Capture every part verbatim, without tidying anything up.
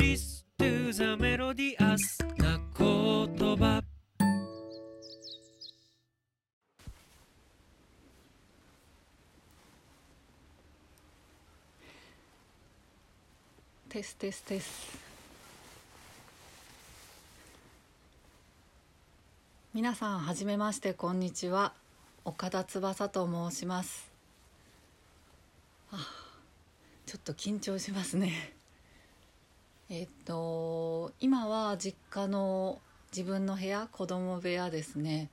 Listen to the melodious な言葉。 テステステス。皆さんはじめまして、こんにちは。岡田翼と申します。あ、ちょっと緊張しますね。えっと今は実家の自分の部屋、子供部屋ですね。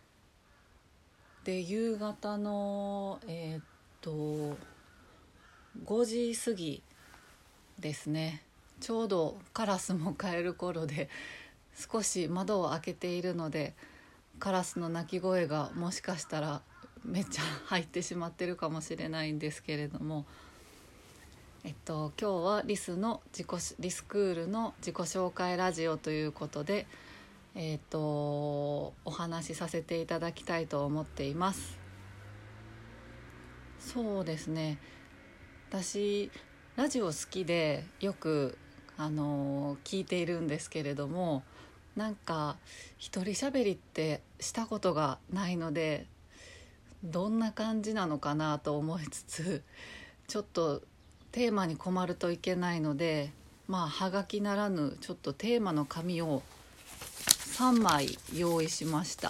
で、夕方のえっとごじ過ぎですね。ちょうどカラスも帰る頃で、少し窓を開けているのでカラスの鳴き声がもしかしたらめっちゃ入ってしまってるかもしれないんですけれども、えっと今日はリスの自己リスクールの自己紹介ラジオということで、えっとお話しさせていただきたいと思っています。そうですね、私ラジオ好きでよくあの聞いているんですけれども、なんか一人喋りってしたことがないので、どんな感じなのかなと思いつつ、ちょっとテーマに困るといけないので、まあはがきならぬちょっとテーマの紙をさんまい用意しました。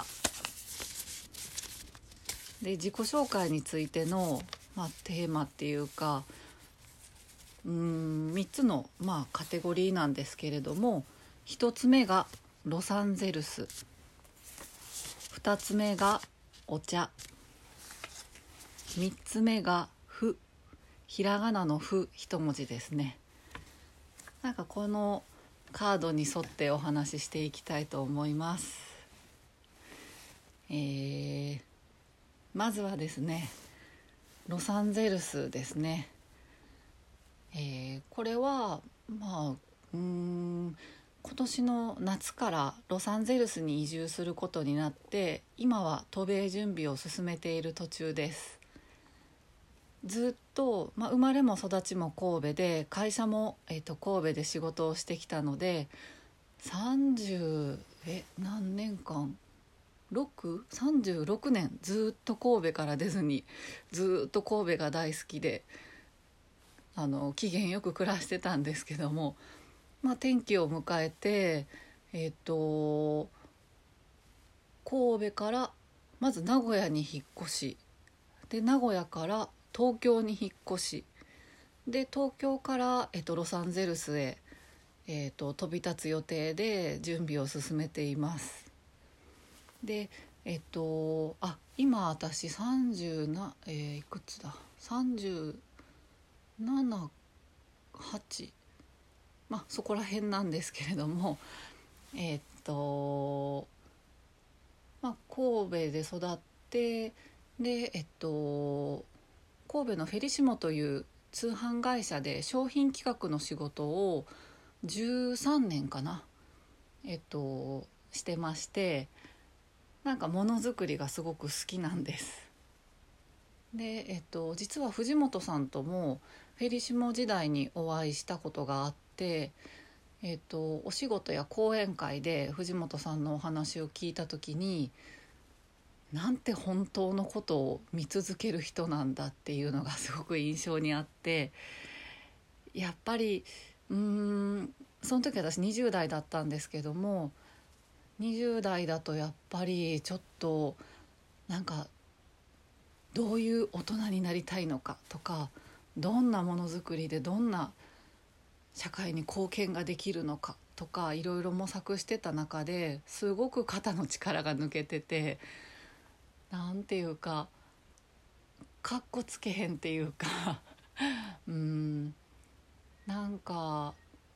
で、自己紹介についての、まあ、テーマっていうか、うーんみっつの、まあ、カテゴリーなんですけれども、ひとつめがロサンゼルス、ふたつめがお茶、みっつめがふ、ひらがなのふ一文字ですね。なんかこのカードに沿ってお話ししていきたいと思います。えー、まずはですね、ロサンゼルスですね。えー、これはまあうーん今年の夏からロサンゼルスに移住することになって、今は渡米準備を進めている途中です。ずっと、まあ、生まれも育ちも神戸で、会社も、えーと、神戸で仕事をしてきたので、さんじゅうえ何年間ろく さんじゅうろくねんずっと神戸から出ずに、ずっと神戸が大好きで、あの機嫌よく暮らしてたんですけども、まあ、転機を迎えて、えっと神戸からまず名古屋に引っ越しで、名古屋から東京に引っ越しで、東京から、えっと、ロサンゼルスへ、えっと、飛び立つ予定で準備を進めています。で、えっとあ今私さんじゅうな、えー、いくつださんじゅうなな、はち、まあそこら辺なんですけれども、えっとまあ神戸で育って、でえっと神戸のフェリシモという通販会社で商品企画の仕事をじゅうさんねんかな、えっとしてまして、なんかものづくりがすごく好きなんです。で、えっと実は藤本さんともフェリシモ時代にお会いしたことがあって、えっとお仕事や講演会で藤本さんのお話を聞いた時に、なんて本当のことを見続ける人なんだっていうのがすごく印象にあって、やっぱりうーんその時私にじゅう代だったんですけども、にじゅう代だとやっぱりちょっとなんか、どういう大人になりたいのかとか、どんなものづくりでどんな社会に貢献ができるのかとか、いろいろ模索してた中ですごく肩の力が抜けてて、なんていうかかっこつけへんっていうかうーんなんか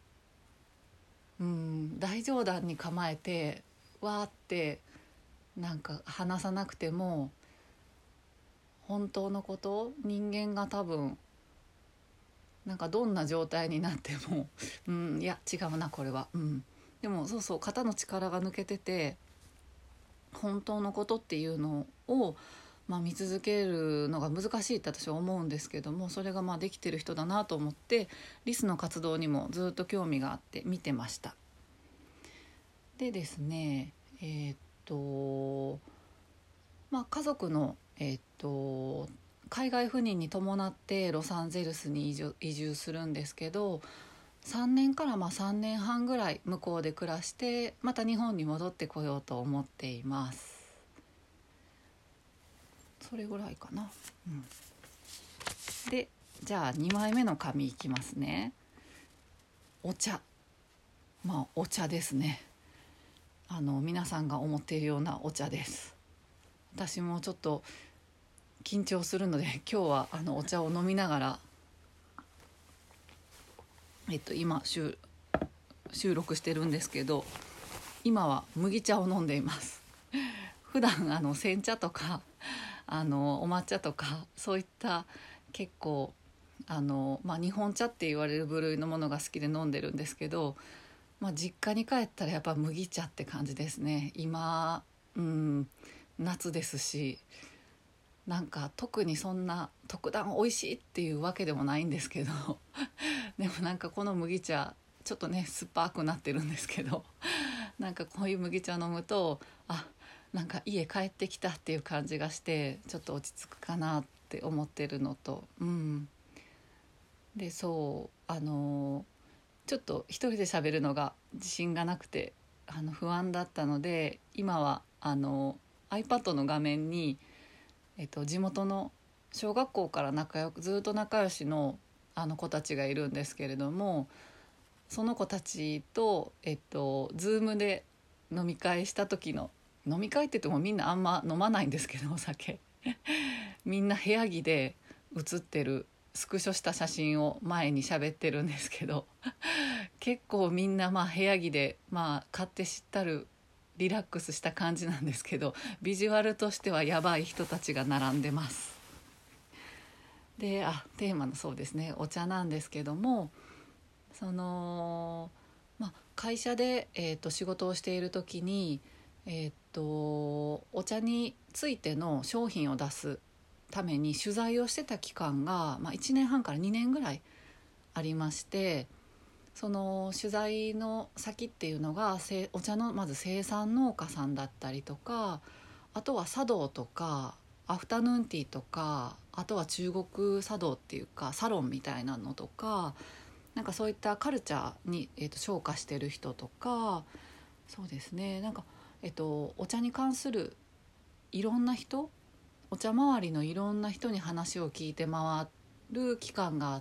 うん大冗談に構えてわーってなんか話さなくても、本当のこと、人間が多分なんかどんな状態になってもうんいや違うなこれは、うんでもそうそう、肩の力が抜けてて、本当のことっていうのをまあ、見続けるのが難しいって私は思うんですけども、それがまあできてる人だなと思ってリスの活動にもずっと興味があって見てました。でですねえーっとまあ家族のえーっと海外赴任に伴ってロサンゼルスに移住、移住するんですけど、さんねんからまあさんねんはんぐらい向こうで暮らしてまた日本に戻ってこようと思っています。それぐらいかな、うん、でじゃあにまいめの紙いきますね。お茶。まあお茶ですね。あの皆さんが思っているようなお茶です。私もちょっと緊張するので今日はあのお茶を飲みながら、えっと、今 収, 収録してるんですけど、今は麦茶を飲んでいます。普段あの煎茶とかあのお抹茶とかそういった結構あの、まあ、日本茶って言われる部類のものが好きで飲んでるんですけど、まあ、実家に帰ったらやっぱ麦茶って感じですね。今、うん、夏ですし、なんか特にそんな特段美味しいっていうわけでもないんですけどでもなんかこの麦茶ちょっとね酸っぱくなってるんですけどなんかこういう麦茶飲むと、あ、なんか家帰ってきたっていう感じがしてちょっと落ち着くかなって思ってるのと、うん、でそうあのちょっと一人で喋るのが自信がなくてあの不安だったので、今はあの iPad の画面に、えっと、地元の小学校から仲良くずっと仲良しのあの子たちがいるんですけれども、その子たちと、えっと、Zoom で飲み会した時の、飲み会って言ってもみんなあんま飲まないんですけどお酒みんな部屋着で写ってるスクショした写真を前に喋ってるんですけど結構みんなまあ部屋着で、まあ勝手知ったるリラックスした感じなんですけど、ビジュアルとしてはやばい人たちが並んでます。で、あ、テーマのそうですねお茶なんですけども、その、まあ、会社で、えーと、仕事をしている時に、えーと、お茶についての商品を出すために取材をしてた期間が、まあ、いちねんはんからにねんぐらいありまして、その取材の先っていうのがお茶のまず生産農家さんだったりとか、あとは茶道とかアフタヌーンティーとか、あとは中国茶道っていうかサロンみたいなのとか、なんかそういったカルチャーに、えーと、昇華してる人とか、そうですね、なんか、えーと、お茶に関するいろんな人、お茶周りのいろんな人に話を聞いて回る期間があって、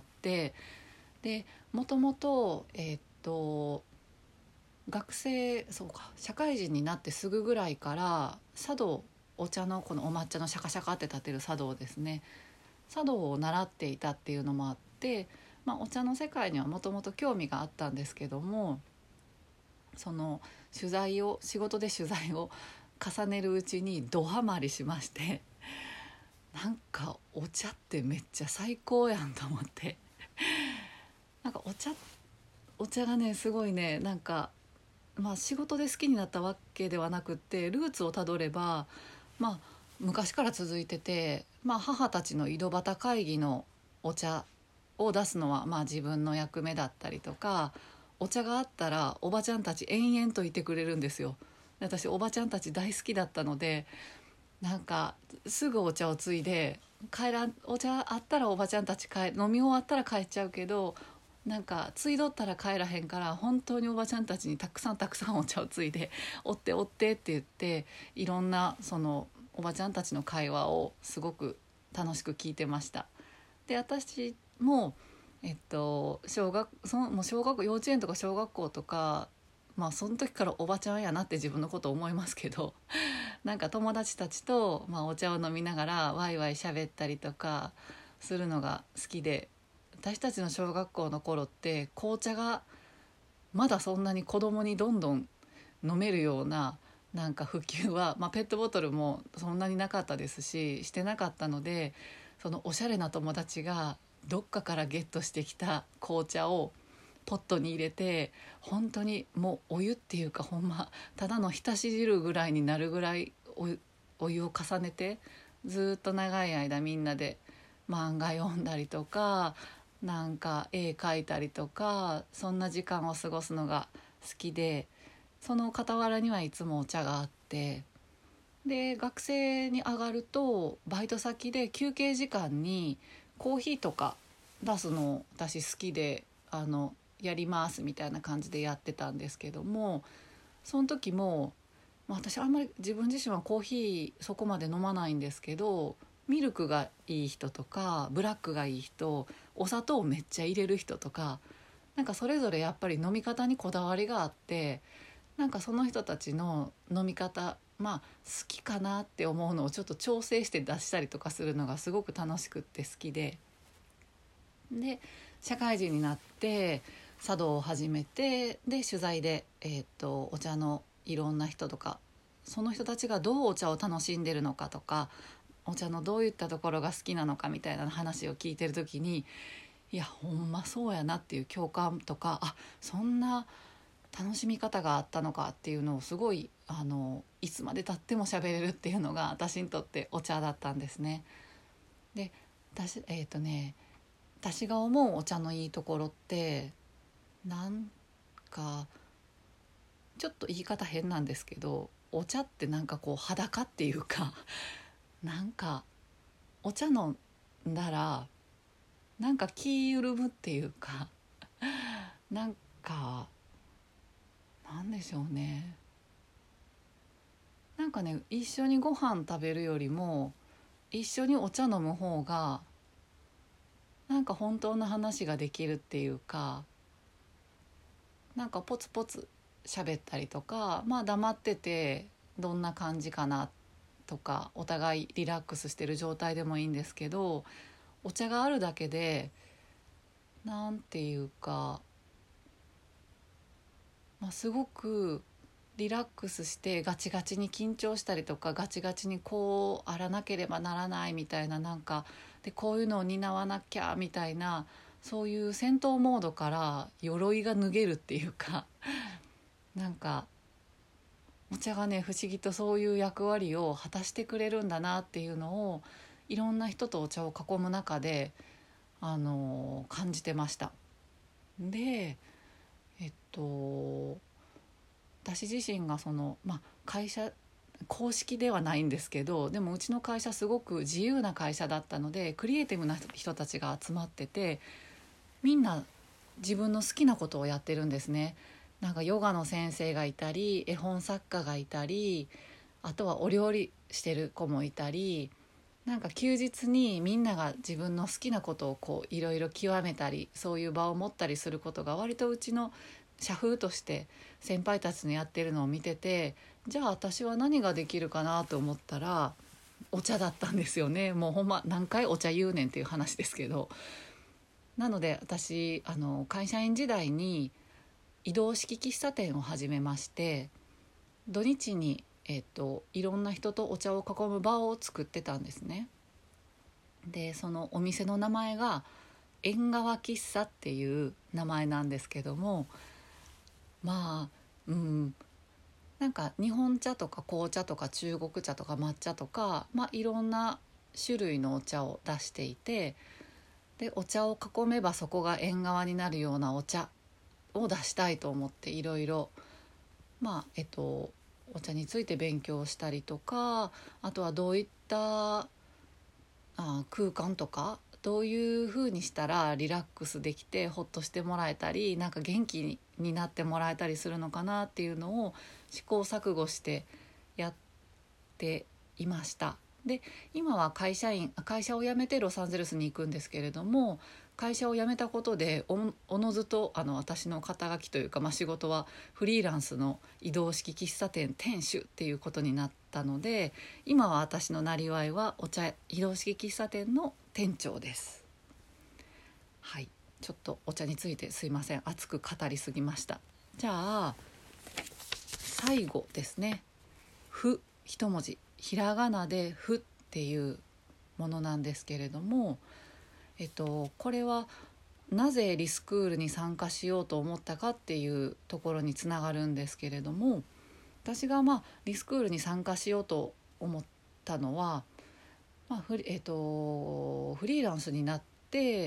でもともとえっと学生そうか社会人になってすぐぐらいから茶道、お茶のこのお抹茶のシャカシャカって立てる茶道ですね、茶道を習っていたっていうのもあって、まあ、お茶の世界にはもともと興味があったんですけども、その取材を仕事で取材を重ねるうちにドハマりしまして、なんかお茶ってめっちゃ最高やんと思ってなんかお茶お茶がねすごいね、なんかまあ仕事で好きになったわけではなくって、ルーツをたどればまあ昔から続いてて、まあ母たちの井戸端会議のお茶を出すのはまあ自分の役目だったりとか、お茶があったらおばちゃんたち延々といてくれるんですよ。私おばちゃんたち大好きだったので、なんかすぐお茶をついで帰らん、お茶あったらおばちゃんたち帰飲み終わったら帰っちゃうけど、なんかついどったら帰らへんから、本当におばちゃんたちにたくさんたくさんお茶をついで追って追ってって言って、いろんなそのおばちゃんたちの会話をすごく楽しく聞いてました。で私もえっと小学そのもう小学幼稚園とか小学校とか、まあその時からおばちゃんやなって自分のこと思いますけどなんか友達たちと、まあ、お茶を飲みながらワイワイ喋ったりとかするのが好きで、私たちの小学校の頃って紅茶がまだそんなに子供にどんどん飲めるようななんか普及は、まあ、ペットボトルもそんなになかったですししてなかったので、そのおしゃれな友達がどっかからゲットしてきた紅茶をポットに入れて、本当にもうお湯っていうかほんまただの浸し汁ぐらいになるぐらい お, お湯を重ねてずっと長い間みんなで漫画読んだりとかなんか絵描いたりとかそんな時間を過ごすのが好きで、その傍らにはいつもお茶があって、で学生に上がるとバイト先で休憩時間にコーヒーとか出すの私好きであのやりますみたいな感じでやってたんですけども、その時も、まあ、私あんまり自分自身はコーヒーそこまで飲まないんですけど、ミルクがいい人とかブラックがいい人、お砂糖をめっちゃ入れる人とか、なんかそれぞれやっぱり飲み方にこだわりがあって、なんかその人たちの飲み方、まあ好きかなって思うのをちょっと調整して出したりとかするのがすごく楽しくって好きで、で社会人になって茶道を始めて、で取材で、えー、とお茶のいろんな人とか、その人たちがどうお茶を楽しんでるのかとか、お茶のどういったところが好きなのかみたいな話を聞いてる時に、いやほんまそうやなっていう共感とか、あそんな楽しみ方があったのかっていうのをすごいあのいつまでたっても喋れるっていうのが私にとってお茶だったんですね。で私えっ、ー、とね私が思うお茶のいいところってなんかちょっと言い方変なんですけど、お茶ってなんかこう裸っていうかなんかお茶飲んだらなんか気緩むっていうかなんかなんでしょうね、なんかね一緒にご飯食べるよりも一緒にお茶飲む方がなんか本当の話ができるっていうか、なんかポツポツ喋ったりとか、まあ黙っててどんな感じかなとか、お互いリラックスしてる状態でもいいんですけど、お茶があるだけでなんていうか、まあ、すごくリラックスしてガチガチに緊張したりとか、ガチガチにこうあらなければならないみたいな、なんかでこういうのを担わなきゃみたいな、そういう戦闘モードから鎧が脱げるっていうかなんかお茶がね不思議とそういう役割を果たしてくれるんだなっていうのを、いろんな人とお茶を囲む中であの感じてました。でえっと私自身がその、まあ、会社公式ではないんですけど、でもうちの会社すごく自由な会社だったので、クリエイティブな人たちが集まってて、みんな自分の好きなことをやってるんですね。なんかヨガの先生がいたり、絵本作家がいたり、あとはお料理してる子もいたり、なんか休日にみんなが自分の好きなことをこういろいろ極めたり、そういう場を持ったりすることが割とうちの社風として先輩たちのやってるのを見てて、じゃあ私は何ができるかなと思ったらお茶だったんですよね。もうほんま何回お茶言うねんっていう話ですけど、なので私あの会社員時代に移動式喫茶店を始めまして、土日に、えっと、いろんな人とお茶を囲む場を作ってたんですね。でそのお店の名前が縁側喫茶っていう名前なんですけども、まあうんなんか日本茶とか紅茶とか中国茶とか抹茶とか、まあ、いろんな種類のお茶を出していて、でお茶を囲めばそこが縁側になるようなお茶を出したいと思って、いろいろまあえっとお茶について勉強したりとか、あとはどういったあ空間とかどういう風にしたらリラックスできてホッとしてもらえたり、なんか元気になってもらえたりするのかなっていうのを試行錯誤してやっていました。で今は会社員会社を辞めてロサンゼルスに行くんですけれども、会社を辞めたことで お, おのずとあの私の肩書きというか、まあ、仕事はフリーランスの移動式喫茶店店主っていうことになったので、今は私のなりわいはお茶移動式喫茶店の店長です。はい、ちょっとお茶についてすいません、熱く語りすぎました。じゃあ最後ですね、ふ一文字ひらがなでふっていうものなんですけれども、えっと、これはなぜリスクールに参加しようと思ったかっていうところにつながるんですけれども、私がまあリスクールに参加しようと思ったのは、 まあフリ、えーと、フリーランスになって、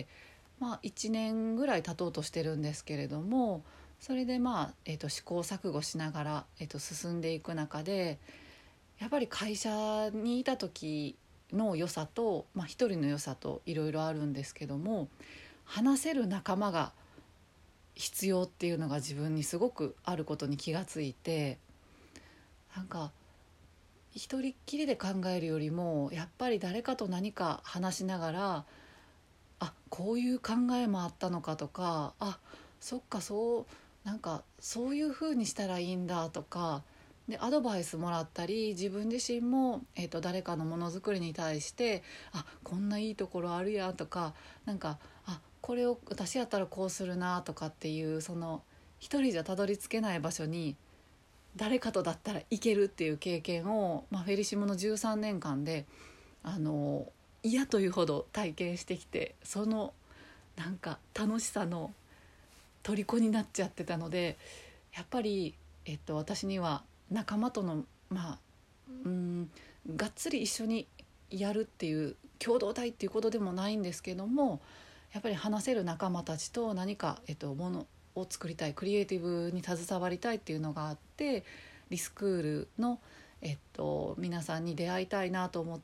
まあ、いちねんぐらい経とうとしてるんですけれども、それで、まあえーと、試行錯誤しながら、えーと、進んでいく中で、やっぱり会社にいた時の良さと、まあ、一人の良さといろいろあるんですけども、話せる仲間が必要っていうのが自分にすごくあることに気がついて、なんか一人っきりで考えるよりもやっぱり誰かと何か話しながら、あ、こういう考えもあったのかとか、あ、そっか、そうなんかそういう風にしたらいいんだとかで、アドバイスもらったり、自分自身も、えーと、誰かのものづくりに対して、あ、こんないいところあるやとか、なんか、あ、これを私やったらこうするなとかっていう、その一人じゃたどり着けない場所に誰かとだったらいけるっていう経験を、まあ、フェリシモのじゅうさんねんかんであの嫌というほど体験してきて、そのなんか楽しさの虜になっちゃってたので、やっぱり、えっと、私には仲間との、まあ、うんがっつり一緒にやるっていう共同体っていうことでもないんですけども、やっぱり話せる仲間たちと何か、えっと、ものを作りたい、クリエイティブに携わりたいっていうのがあって、リスクールの、えっと、皆さんに出会いたいなと思って、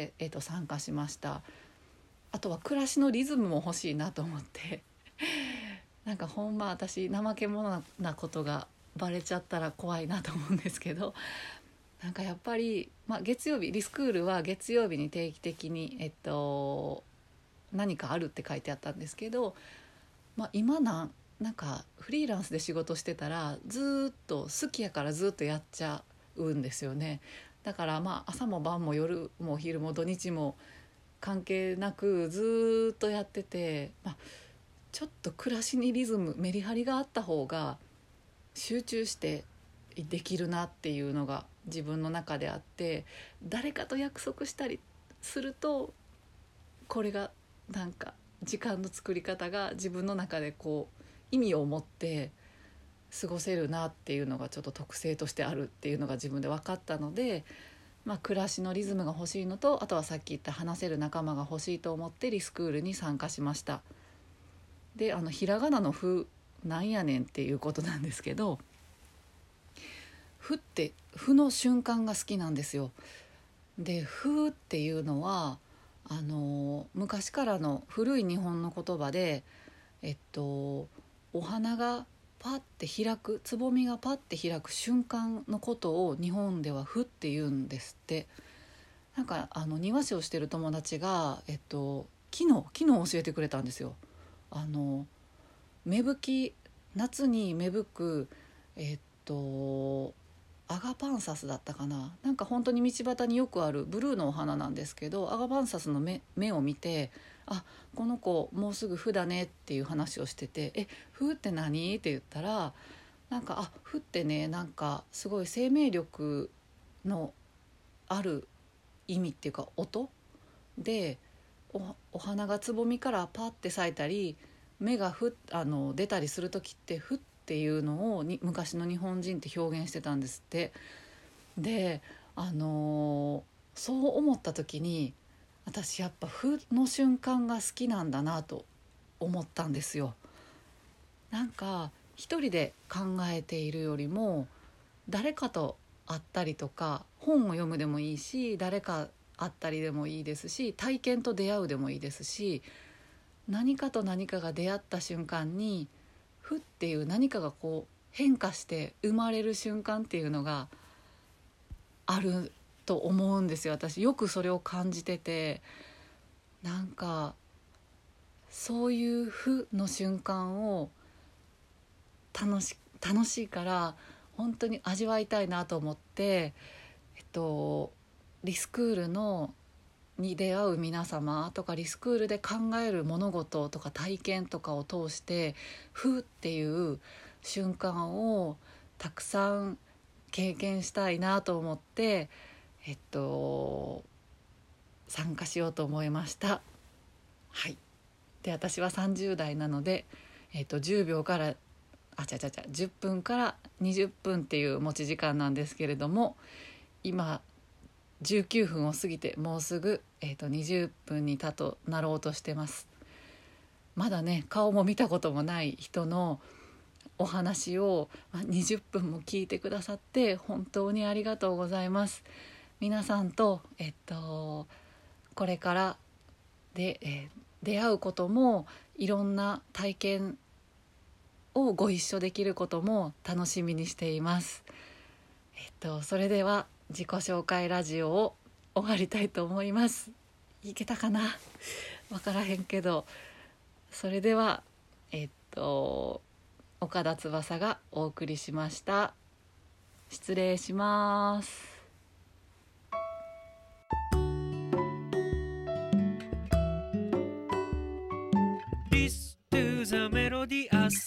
えっと、参加しました。あとは暮らしのリズムも欲しいなと思ってなんかほんま私怠け者なことがバレちゃったら怖いなと思うんですけど、なんかやっぱり、まあ、月曜日リスクールは月曜日に定期的に、えっと、何かあるって書いてあったんですけど、まあ、今なんなんかフリーランスで仕事してたらずっと好きやからずっとやっちゃうんですよね。だからまあ朝も晩も夜も昼も土日も関係なくずっとやってて、まあ、ちょっと暮らしにリズムメリハリがあった方が集中してできるなっていうのが自分の中であって、誰かと約束したりするとこれがなんか時間の作り方が自分の中でこう意味を持って過ごせるなっていうのがちょっと特性としてあるっていうのが自分で分かったので、まあ、暮らしのリズムが欲しいのと、あとはさっき言った話せる仲間が欲しいと思ってリスクールに参加しました。で、あのひらがなのふなんやねんっていうことなんですけど、ふってふの瞬間が好きなんですよ。で、ふっていうのはあの昔からの古い日本の言葉で、えっとお花がパッて開く、つぼみがパッて開く瞬間のことを日本ではふって言うんですって。なんかあの庭師をしてる友達が、えっと、昨日昨日教えてくれたんですよ。あの芽吹き、夏に芽吹く、えっとアガパンサスだったかな、なんか本当に道端によくあるブルーのお花なんですけど、アガパンサスの 芽, 芽を見て、あ、この子もうすぐ「ふ」だねっていう話をしてて、え、「ふ」って何って言ったら、なんか、あ、「ふ」ってね、なんかすごい生命力のある意味っていうか音で、 お, お花がつぼみからパッて咲いたり芽がふあの出たりする時って「ふ」っていうのをに昔の日本人って表現してたんですって。で、あのーそう思った時に、私やっぱ「ふ」の瞬間が好きなんだなと思ったんですよ。なんか一人で考えているよりも、誰かと会ったりとか、本を読むでもいいし、誰か会ったりでもいいですし、体験と出会うでもいいですし、何かと何かが出会った瞬間に「ふ」っていう何かがこう変化して生まれる瞬間っていうのがあると思うんですよ。私よくそれを感じてて、なんかそういう「ふ」の瞬間を楽し楽しいから本当に味わいたいなと思って、えっとリスクールのに出会う皆様とか、リスクールで考える物事とか体験とかを通して「ふ」っていう瞬間をたくさん経験したいなと思って、えっと参加しようと思いました。はい。で、私はさんじゅう代なので、えっとじゅうびょうからあちゃちゃちゃじゅっぷんからにじゅっぷんっていう持ち時間なんですけれども、今じゅうきゅうふんを過ぎてもうすぐ、えーと、にじゅっぷんにたとなろうとしてます。まだね顔も見たこともない人のお話をにじゅっぷんも聞いてくださって本当にありがとうございます。皆さんと、えっと、これからで、えー出会うこともいろんな体験をご一緒できることも楽しみにしています。えっと、それでは自己紹介ラジオを終わりたいと思います。いけたかなわからへんけど、それではえっと岡田翼がお送りしました。失礼します。 Listen to the melodious